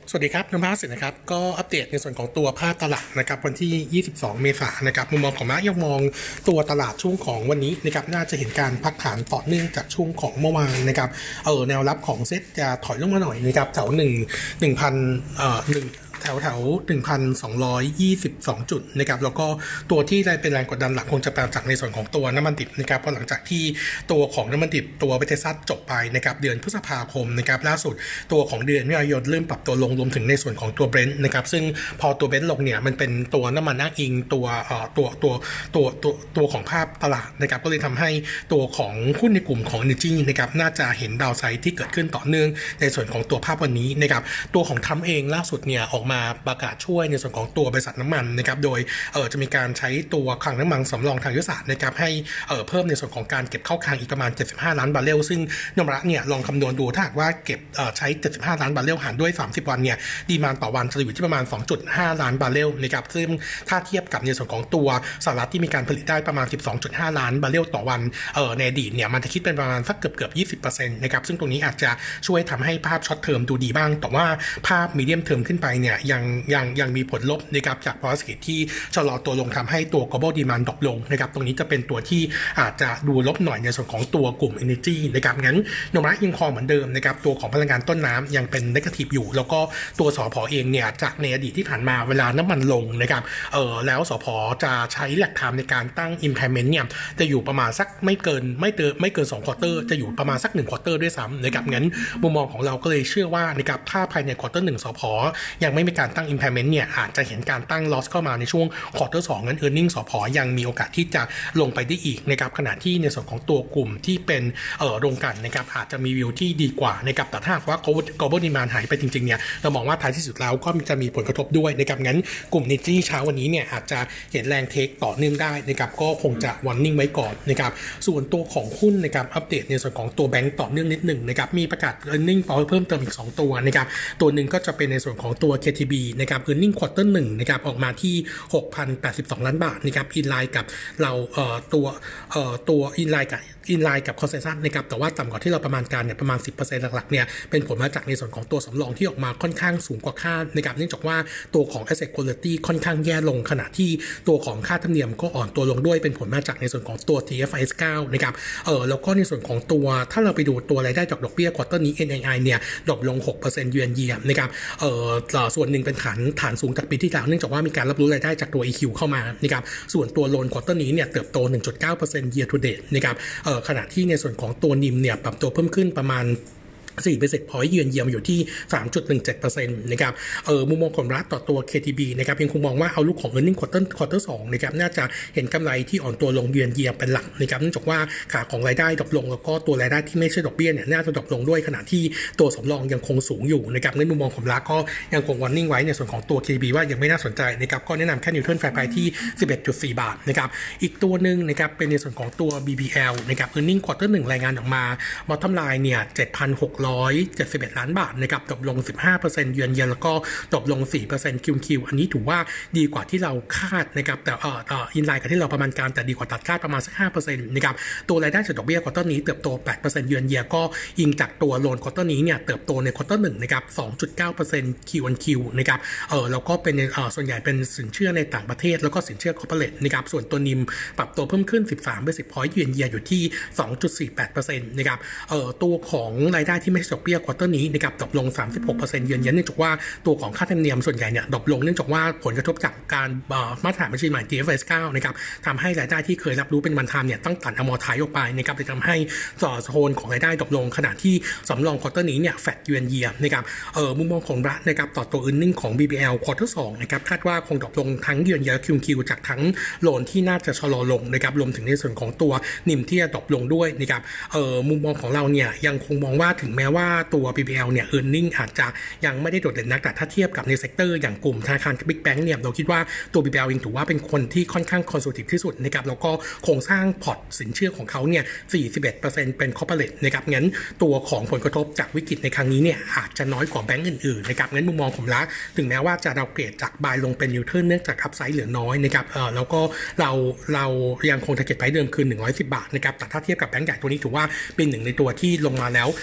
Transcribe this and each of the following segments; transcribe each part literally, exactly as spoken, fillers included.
สวัสดีครับน้ำพาสินะครับก็อัปเดตในส่วนของตัวภาพตลาดนะครับวันที่ยี่สิบสองเมษายนนะครับมุมมองของนักยังมองตัวตลาดช่วงของวันนี้นะครับน่าจะเห็นการพักฐานต่อเนื่องจากช่วงของเมื่อวานนะครับเออแนวรับของเซ็ตจะถอยลงมาหน่อยนะครับแถวหนึ่งหนึ่งพันเอ่อหนึ่งแถวแถวหนึ่งพันสองร้อยยี่สิบสองจุดนะครับแล้วก็ตัวที่ได้เป็นแรงกดดันหลักคงจะมาจากในส่วนของตัวน้ำมันดิบนะครับเพราะหลังจากที่ตัวของน้ำมันดิบตัวเบเทซัสจบไปนะครับเดือนพฤษภาคมนะครับล่าสุดตัวของเดือนมิถุนายนเริ่มปรับตัวลงรวมถึงในส่วนของตัวเบรนท์นะครับซึ่งพอตัวเบรนท์ลงเนี่ยมันเป็นตัวน้ำมันอ้างอิงตัวเอ่อตัวตัวตัวตัวตัวของภาพตลาดนะครับก็เลยทำให้ตัวของหุ้นในกลุ่มของ Energy นะครับน่าจะเห็นดาวไซด์ที่เกิดขึ้นต่อเนื่องในส่วนของตัวภาพวันนี้นะครับตัวของทรัมป์เองล่าสุดเนี่ยออกมาประกาศช่วยในส่วนของตัวบริษัทน้ำมันนะครับโดยเออจะมีการใช้ตัวคลังน้ำมันสำรองทางยุทธศาสตร์นะครับให้เออเพิ่มในส่วนของการเก็บเข้าคลังอีกประมาณเจ็ดสิบห้าล้านบาร์เรลซึ่งนมระเนี่ยลองคำนวณดูถ้าหากว่าเก็บเออใช้เจ็ดสิบห้าล้านบาร์เรลหารด้วยสามสิบวันเนี่ยดีมานด์ต่อวันจะอยู่ที่ประมาณ สองจุดห้าล้านบาร์เรลนะครับซึ่งถ้าเทียบกับในส่วนของตัวสหรัฐที่มีการผลิตได้ประมาณ สิบสองจุดห้าล้านบาร์เรลต่อวันเออในอดีตเนี่ยมันจะคิดเป็นประมาณสักเกือบเกือบ ยี่สิบเปอร์เซ็นต์ นะครับซึ่งตรงนี้อาจจะช่วยทำให้ภาพช็อตเทอมดูดีบ้างแต่ว่าภาพมีเดียมเทอมขึ้นไปเนี่ยยังยังยังมีผลลบนะครับจากภาวะเศรษฐกิจที่ชะลอตัวลงทำให้ตัว global demand ดรอปลงนะครับตรงนี้จะเป็นตัวที่อาจจะดูลบหน่อยในส่วนของตัวกลุ่ม energy นะครับงั้นโนมะยังคงเหมือนเดิมนะครับตัวของพลังงานต้นน้ำยังเป็น negative อยู่แล้วก็ตัวสผเองเนี่ยจากในอดีตที่ผ่านมาเวลาน้ำมันลงนะครับเออแล้วสผจะใช้หลักฐานในการตั้ง impairment เนี่ยจะอยู่ประมาณสักไม่เกินไม่เกินไม่เกินสองควอเตอร์จะอยู่ประมาณสักหนึ่งควอเตอร์ด้วยซ้ำนะครับงั้นมุมมองของเราก็เลยเชื่อว่านะครับถ้าภายในควอเตอร์หนึ่งสผยังไม่มีการตั้ง impairment เนี่ยอาจจะเห็นการตั้ง loss เข้ามาในช่วงควอเตอร์สองนั้น earning สผยังมีโอกาสที่จะลงไปได้อีกนะครับขณะที่ในส่วนของตัวกลุ่มที่เป็นเอ่อโรงกลั่นนะครับอาจจะมีวิวที่ดีกว่านะครับแต่ถ้าว่า global demand หายไปจริงๆเนี่ยเรามองว่าท้ายที่สุดแล้วก็จะมีผลกระทบด้วยนะครับงั้นกลุ่ม Energy เช้าวันนี้เนี่ยอาจจะเห็นแรงเทคต่อเนื่องได้นะครับก็คงจะ warning ไว้ก่อนนะครับส่วนตัวของหุ้นนะครับอัปเดตในส่วนของตัวแบงก์ต่อเนื่องนิดหนึ่งนะครับมีประกาศ earning เพิ่มเติมอีกสองตัวนะครับตัวหนึ่งก็จะเป็นในส่วนของตัว เค ที บี นะครับ earning quarter หนึ่งนะครับออกมาที่ หกพันแปดสิบสองล้านบาทนะครับอินไลน์กับเราเอ่อตัวเอ่อตัวอินไลน์กับอินไลน์กับคอนเซนแซสนะครับแต่ว่าต่ำกว่าที่เราประมาณการเนี่ยประมาณ สิบเปอร์เซ็นต์ หลักๆเนี่ยเป็นผลมาจากในส่วนของตัวสำรองที่ออกมาค่อนข้างสูงกว่าคาดนะครับเนื่องจากว่าตัวของ asset quality ค่อนข้างแย่ลงขณะที่ตัวของค่าธรรมเนียมก็อ่อนตัวลงด้วยเป็นผลมาจากในส่วนของตัว ที เอฟ ไอ เอส เก้านะครับเออแล้วก็ในส่วนของตัวถ้าเราไปดูตัวรายได้จากดอกเบี้ยควอเตอร์นี้ เอ็น ไอ ไอ เนี่ยดรอปลง หกเปอร์เซ็นต์ year on year นะครับเออส่วนหนึ่งเป็นฐานฐานสูงจากปีที่แล้วเนื่องจากว่ามีการรับรู้รายได้จากตัว อี คิว เข้ามานะครับส่วนตัวโลนควอเตอร์นี้เนี่ยเติบโต หนึ่งจุดเก้าเปอร์เซ็นต์ year to date นะครับเออขณะที่ในส่วนของตัวนิมเนี่ยปรับตัวเพิ่มขึ้นประมาณสี่เปอร์เซ็นต์พอยต์เยือนเยียมอยู่ที่ สามจุดหนึ่งเจ็ดเปอร์เซ็นต์ นะครับเออมุมมองของรัฐต่อตัว เค ที บี นะครับยังคงมองว่าเอาลุกของ earning quarter quarter สองนะครับน่าจะเห็นกำไรที่อ่อนตัวลงเยือนเยียมเป็นหลักนะครับเนื่องจากว่าขาของรายได้ดรอปลงแล้วก็ตัวรายได้ที่ไม่ใช่ดอกเบี้ยเนี่ยน่าจะดรอปลงด้วยขณะที่ตัวสำรองยังคงสูงอยู่นะครับในมุมมองของรัฐก็ยังคง warning ไว้ในส่วนของตัว เค ที บี ว่ายังไม่น่าสนใจนะครับก็แนะนำแค่นิวทรัลแฟร์ไพรซ์ที่ สิบเอ็ดจุดสี่ บาทนะครับอีกตัวนึงนะครับเป็นในส่วนของตัว บี พี แอล นะครับ earning quarter หนึ่งรายงานออกมา bottom line เนี่ย เจ็ดพันหกร้อยเจ็ดสิบเอ็ดล้านบาทนะครับตกลง สิบห้าเปอร์เซ็นต์ เยือนเยียแล้วก็ตกลง สี่เปอร์เซ็นต์ คิว คิว อันนี้ถือว่าดีกว่าที่เราคาดนะครับแต่เอ่อเอ่ออินไลน์กับที่เราประมาณการแต่ดีกว่าตัดคาดประมาณสัก ห้าเปอร์เซ็นต์ นะครับตัวรายได้จากดอกเบี้ยควอเตอร์นี้เติบโต แปดเปอร์เซ็นต์ เยือนเยียก็อิงจากตัวโลนควอเตอร์นี้เนี่ยเติบโตในควอเตอร์หนึ่งนะครับ สองจุดเก้าเปอร์เซ็นต์ Q on Q นะครับเออแล้วก็เป็นเอ่อส่วนใหญ่เป็นสินเชื่อในต่างประเทศแล้วก็สินเชื่อคอร์ปอเรทนะครับส่วนตัวนิมปรับตัวเพิ่มขึ้นสิบสาม basis point เยือนเยียอยู่ที่ สองจุดสี่แปดเปอร์เซ็นต์ นะครับเอ่อตัวของรายได้ที่ไม่ใช่ดอกเบี้ยควอเตอร์นี้นะครับตกลง สามสิบหกเปอร์เซ็นต์ เยือนเยียเนื่องจากว่าตัวของค่าธรรมเนียมส่วนใหญ่เนี่ยดรอปลงเนื่องจากว่าผลกระทบจากการมาตรฐานบัญชีใหม่ ที เอฟ ไอ เอส เก้านะครับทำให้รายได้ที่เคยรับรู้เป็นวันไทม์เนี่ยต้องตัดอมอร์ไทซ์ออกไปนะครับจะทำให้ต่อโซนของรายได้ดรอปลงขณะที่สำรองควอเตอร์นี้เนี่ยแฟตเยือนเยียนะครับเอ่อมุมมองของรัฐนะครับต่อตัว earning ของ บี บี แอล ควอเตอร์สองนะครับคาดว่าคงดรอปลงทั้งเยือนเยีย คิว คิว จากทั้งโลนที่น่าจะชะลอลงนะครับรวมถึงในส่วนของตัวนิมที่จะดรอปลงด้วยนะครับเอ่อมุมมองของเราเนี่ยยังคงมองว่าถึงแม้ว่าตัว บี บี แอล เนี่ย earning อาจจะยังไม่ได้โดดเด่นนักแต่ถ้าเทียบกับในเซกเตอร์อย่างกลุ่มธนาคารบิ๊กแบงก์เนี่ยเราคิดว่าตัว บี บี แอล เองถือว่าเป็นคนที่ค่อนข้างคอนเซอร์เวทีฟที่สุดนะครับแล้วก็โครงสร้างพอร์ตสินเชื่อของเขาเนี่ย สี่สิบเอ็ดเปอร์เซ็นต์ เป็นคอร์ปอเรทนะครับงั้นตัวของผลกระทบจากวิกฤตในครั้งนี้เนี่ยอาจจะน้อยกว่าแบงก์อื่นๆนะครับงั้นมุมมองผมละถึงแม้ว่าจะดาวเกรดจากบายลงเป็นนิวเทิลเนื่องจากอัพไซด์เหลือน้อยนะครับเออแล้วก็เราเรายังคงทาร์เก็ตไพรซ์เดิมคือหนึ่งร้อยสิบบาทนะครับแต่ถ้าเทียบกับแบงก์ใหญ่ตัวนี้ถือว่าเป็นหนึ่งในตัวที่ลงมาแล้วน่าสน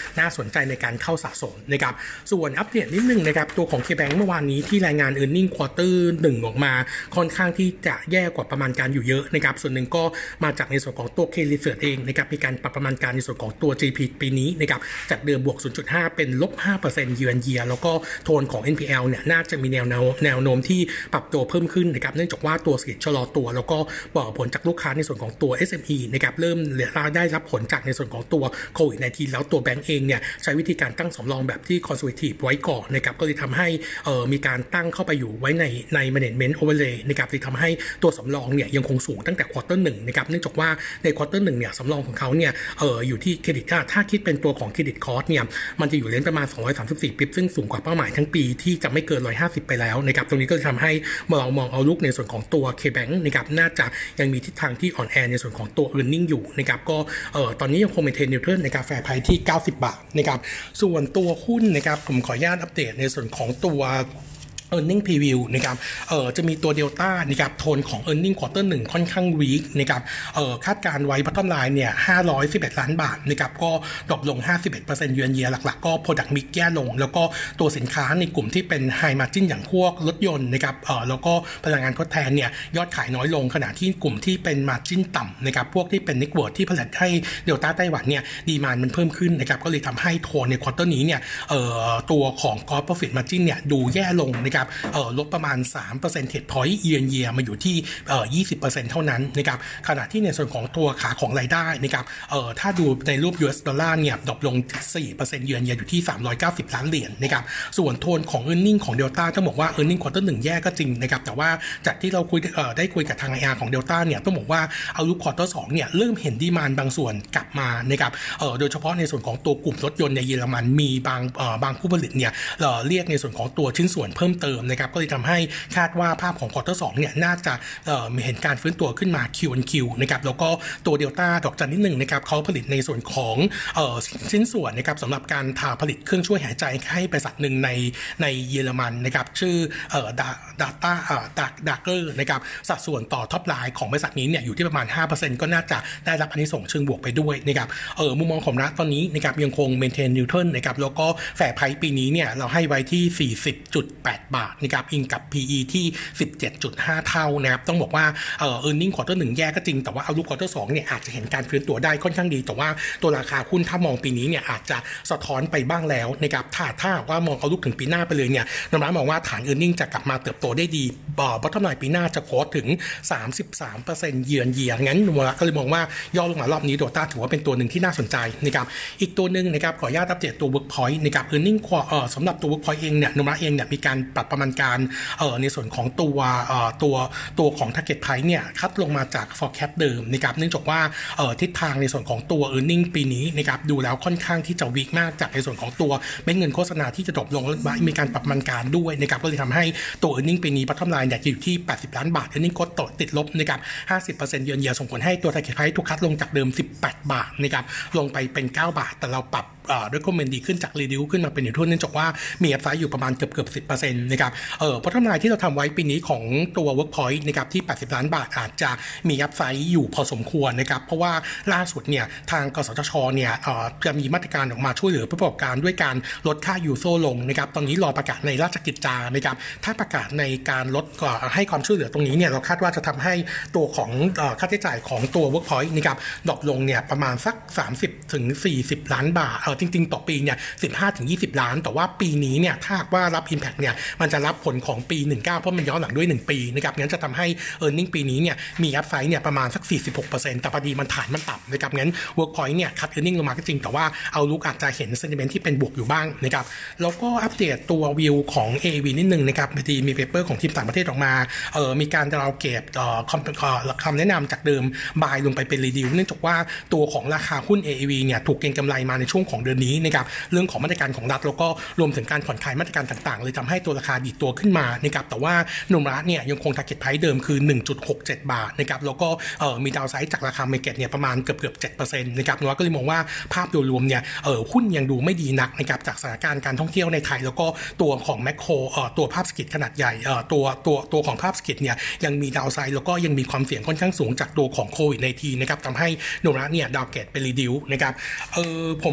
นใจในการเข้าสะสมนะครับส่วนอัปเดตนิดนึงนะครับตัวของ K-Bank เมื่อวานนี้ที่รายงาน earning quarter หนึ่งออกมาค่อนข้างที่จะแย่กว่าประมาณการอยู่เยอะนะครับส่วนหนึ่งก็มาจากในส่วนของตัว K Research เองนะครับมีการปรับประมาณการในส่วนของตัว จี พี ปีนี้นะครับจากเดิมบวก ศูนย์จุดห้า เป็นลบ ห้าเปอร์เซ็นต์ year on year แล้วก็โทนของ เอ็น พี แอล เนี่ยน่าจะมีแนวแนวโน้มที่ปรับตัวเพิ่มขึ้นนะครับเนื่องจากว่าตัวเศรษฐกิจชะลอตัวแล้วก็บอกผลจากลูกค้าในส่วนของตัว เอส เอ็ม อี นะครับเริ่มได้รับผลจากในส่วนของตัวโควิด สิบเก้า แล้วตัวแบงก์เองเนี่ยใช้วิธีการตั้งสำรองแบบที่ conservative ไว้ก่อนนะครับก็เลยทำให้เอ่อมีการตั้งเข้าไปอยู่ไว้ในใน management overlay นะครับที่ทำให้ตัวสำรองเนี่ยยังคงสูงตั้งแต่ quarter หนึ่งนะครับเนื่องจากว่าใน quarter หนึ่งเนี่ยสำรองของเขาเนี่ยเอ่ออยู่ที่เครดิตถ้าคิดเป็นตัวของเครดิตคอร์สเนี่ยมันจะอยู่เลนประมาณสองร้อยสามสิบสี่ปิ๊บซึ่งสูงกว่าเป้าหมายทั้งปีที่จะไม่เกินหนึ่งร้อยห้าสิบไปแล้วนะครับตรงนี้ก็จะทำให้เรามองเอาลุกในส่วนของตัว K-Bank นะครับน่าจะยังมีทิศทางที่อ่อนแอในส่วนของตัว earning อยู่นะครับก็เอ่อตอนนี้ยังคงเมนเทนนิวเทิลในกาแฟไพที่เก้าสิบบาทนะครับส่วนตัวหุ้นนะครับผมขออนุญาตอัปเดตในส่วนของตัวearning preview นะครับเอ่อจะมีตัว Delta นะครับโทนของ earning quarter หนึ่งค่อนข้าง weak นะครับเอ่อคาดการไว้ bottom line เนี่ยห้าร้อยสิบเอ็ดล้านบาทนะครับก็ดรอปลง ห้าสิบเอ็ดเปอร์เซ็นต์ year on year หลักๆก็ product mix แย่ลงแล้วก็ตัวสินค้าในกลุ่มที่เป็น high margin อย่างพวกรถยนต์นะครับเอ่อแล้วก็พลังงานทดแทนเนี่ยยอดขายน้อยลงขณะที่กลุ่มที่เป็น margin ต่ำนะครับพวกที่เป็น network ที่ผลิตให้ Delta ไต้หวันเนี่ยดีมานด์มันเพิ่มขึ้นนะครับก็เลยทำให้โทนใน quarter นี้เนี่ยเอ่อตัวของ gross profit margin เนี่ยดูแย่ลงนะครับเอ่อลดประมาณสาม percentage point year on year มาอยู่ที่เอ่อ ยี่สิบเปอร์เซ็นต์ เท่านั้นนะครับขณะที่ในส่วนของตัวขาของรายได้นะครับเอ่อถ้าดูในรูป ยู เอส ดอลลาร์เนี่ยดรอปลง สี่เปอร์เซ็นต์ year on year อยู่ที่สามร้อยเก้าสิบล้านเหรียญนะครับส่วนโทนของ earning ของ Delta ต้องบอกว่า earning quarter หนึ่งแย่ก็จริงนะครับแต่ว่าจากที่เราคุยเอ่อได้คุยกับทาง ไอ อาร์ ของ Delta เนี่ยต้องบอกว่าเอาลุก quarter สองเนี่ยเริ่มเห็นดีมานด์บางส่วนกลับมานะครับเอ่อโดยเฉพาะในส่วนของตัวกลุ่มรถยนต์ในเยอรมันมีบางเอ่อบางผู้ผลิตเนี่ยเอ่อเรียกในส่วนของตัวชิ้นส่วนเพิ่มเติมนะครับก็เลยทำให้คาดว่าภาพของ quarter สองเนี่ยน่าจะเอ่อเห็นการฟื้นตัวขึ้นมา Q on Q นะครับแล้วก็ตัว Delta ดอกจันนิดหนึ่งนะครับเขาผลิตในส่วนของเอ่อชิ้นส่วนนะครับสำหรับการทาผลิตเครื่องช่วยหายใจให้บริษัทหนึ่งในในเยอรมันนะครับชื่อเอ่อ Data เอ่อ Dagger นะครับสัดส่วนต่อท็อปไลน์ของบริษัทนี้เนี่ยอยู่ที่ประมาณ ห้าเปอร์เซ็นต์ ก็น่าจะได้รับอานิสงส์เชิงบวกไปด้วยนะครับเอ่อมุมมองของรัฐตอนนี้นะครับยังคง maintain neutral นะครับแล้วก็แฟร์ไพรซ์ปีนี้เนี่ยเราให้ไว้ที่ สี่สิบจุดแปด บาทนะครับอิงกับ พี อี ที่ สิบเจ็ดจุดห้า เท่านะครับต้องบอกว่าเอ่อ earning quarter หนึ่งแย่ก็จริงแต่ว่าเอาลุก quarter สองเนี่ยอาจจะเห็นการฟื้นตัวได้ค่อนข้างดีแต่ว่าตัวราคาหุ้นถ้ามองปีนี้เนี่ยอาจจะสะท้อนไปบ้างแล้วนะครับถ้าถ้าว่ามองเอาลุกถึงปีหน้าไปเลยเนี่ยน้ำร้านมองว่าฐาน earning จะกลับมาเติบโตได้ดีบอ bottom line ปีหน้าจะโค้ดถึง สามสิบสามเปอร์เซ็นต์ year on year งั้นน้ำร้านก็เลยมองว่าย่อลงมารอบนี้ Delta ถือว่าเป็นตัวหนึ่งที่น่าสนใจนะครับอีกตัวนึงนะครับขออนุญาตอัปเดตตัว Workpoint นะครับ earning เอ่อสำหรับตัว Workpoint เองเนี่ยน้ำร้านเองเนี่ยมีการปรับประมาณการเอ่อในส่วนของตัวเอ่อตัวตัวของ target price เนี่ยคัดลงมาจาก forecast เดิมนะครับเนื่องจากว่าเอ่อทิศทางในส่วนของตัว earning ปีนี้นะครับดูแล้วค่อนข้างที่จะวีคมากจากในส่วนของตัวเม็ดเงินโฆษณาที่จะดรอปลงและมีการปรับประมาณการด้วยนะครับก็เลยทำให้ตัว earning ปีนี้ bottom line เนี่ยอยู่ที่แปดสิบล้านบาท earning ก็ติดลบนะครับ ห้าสิบเปอร์เซ็นต์ เยือนเยียส่งผลให้ตัว target price ถูกคัดลงจากเดิมสิบแปดบาทนะครับลงไปเป็นเก้าบาทแต่เราปรับเอ่อ recommend ดีขึ้นจาก reduce ขึ้นมาเป็นอยู่ทั่วเนื่องจากว่ามี upside อยู่ประมาณเกือบๆ สิบเปอร์เซ็นต์ นะครับเอ่อ bottom line ที่เราทำไว้ปีนี้ของตัว workpoint นะครับที่แปดสิบล้านบาทอาจจะมี upside อยู่พอสมควรนะครับเพราะว่าล่าสุดเนี่ยทางกสทชเนี่ยเอ่อจะมีมาตรการออกมาช่วยเหลือผู้ประกอบการด้วยการลดค่ายูโซลงนะครับตอนนี้รอประกาศในราชกิจจานะครับถ้าประกาศในการลดให้ความช่วยเหลือตรงนี้เนี่ยเราคาดว่าจะทำให้ตัวของเอ่อค่าใช้จ่ายของตัว workpoint นะครับดรอปลงเนี่ยประมาณสักสามสิบถึงสี่สิบล้านบาทเออจริงๆต่อปีเนี่ยสิบห้าถึงยี่สิบล้านแต่ว่าปีนี้เนี่ยถ้าว่ารับ impact เนี่ยมันจะรับผลของปีสิบเก้าเพราะมันย้อนหลังด้วยหนึ่งปีนะครับงั้นจะทำให้ earning ปีนี้เนี่ยมี upside เนี่ยประมาณสัก สี่สิบหกเปอร์เซ็นต์ แต่พอดีมันฐานมันต่ำนะครับงั้น workpoint เนี่ยคัด earning ลงมาก็จริงแต่ว่าเอาลุกอาจจะเห็น sentiment ที่เป็นบวกอยู่บ้างนะครับแล้วก็อัปเดตตัววิวของ เอ วี นิดนึงนะครับพอดีมีเปเปอร์ของทีมต่างประเทศออกมาเอ่อมีการดาวเกตเอ่อคำแนะนำจากเดิมบายลงไปเป็น reduce เนื่องจากว่าตัวของราคาหุ้น เอ วี เนี่ยถูกเก็งกำไรมาในช่วงของเดือนนี้นะครับเรื่องของมาตรการของรัฐแล้วก็รวมถึงการผ่อนคลายมาตรการต่างๆเลยทำให้ตัวราคาดีดตัวขึ้นมานะครับแต่ว่านุมรัฐเนี่ยยังคง target price เดิมคือ หนึ่งจุดหกเจ็ด บาทนะครับแล้วก็เอ่อมีดาวไซด์จากราคา market เนี่ยประมาณเกือบๆ เจ็ดเปอร์เซ็นต์ นะครับนุมรัฐก็เลยมองว่าภาพโดยรวมเนี่ยเอ่อหุ้นยังดูไม่ดีนักนะครับจากสถานการณ์การท่องเที่ยวในไทยแล้วก็ตัวของแมคโครเอ่อตัวภาพเศรษฐกิจขนาดใหญ่เอ่อตัวตัวตัวของภาพเศรษฐกิจเนี่ยยังมีดาวไซด์แล้วก็ยังมีความเสี่ยงค่อนข้างสูงจากตัวของโควิด สิบเก้า นะครับทำให้นุมรัฐเนี่ยดาวเกตเป็น reduce นะครับเอ่อผมขออนุญาต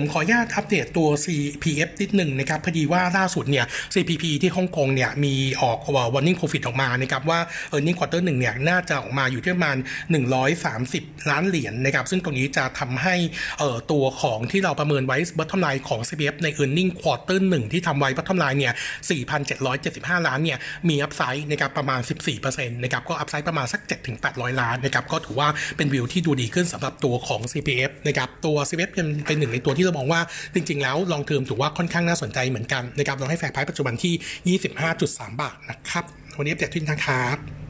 อัปเดตตัว ซี พี เอฟ นิดหนึ่งนะครับพอดีว่าล่าสุดเนี่ย ซี พี พี ที่ฮ่องกงเนี่ยมีออก warning profit ออกมานะครับว่า earning quarter หนึ่งเนี่ยน่าจะออกมาอยู่ที่ประมาณหนึ่งร้อยสามสิบล้านเหรียญ นะครับซึ่งตรงนี้จะทำให้เอ่อตัวของที่เราประเมินไว้ bottom line ของ ซี พี เอฟ ใน earning quarter หนึ่งที่ทำไว้ bottom line เนี่ย สี่พันเจ็ดร้อยเจ็ดสิบห้า ล้านเนี่ยมีอัพไซด์นะครับประมาณ สิบสี่เปอร์เซ็นต์ นะครับก็อัพไซด์ประมาณสัก เจ็ดถึงแปดร้อย ล้านนะครับก็ถือว่าเป็นวิวที่ดูดีขึ้นสำหรับตัวของ ซี พี เอฟ นะครับตัว ซี พี เอฟ เป็นเป็นหนึ่งในตัวที่เรามองว่าจริงๆแล้ว long term ถือว่าค่อนข้างน่าสนใจเหมือนกันนะครับเราให้แฟร์ไพรซ์ปัจจุบันที่ ยี่สิบห้าจุดสาม บาทนะครับวันนี้อัปเดตที่ทางครับ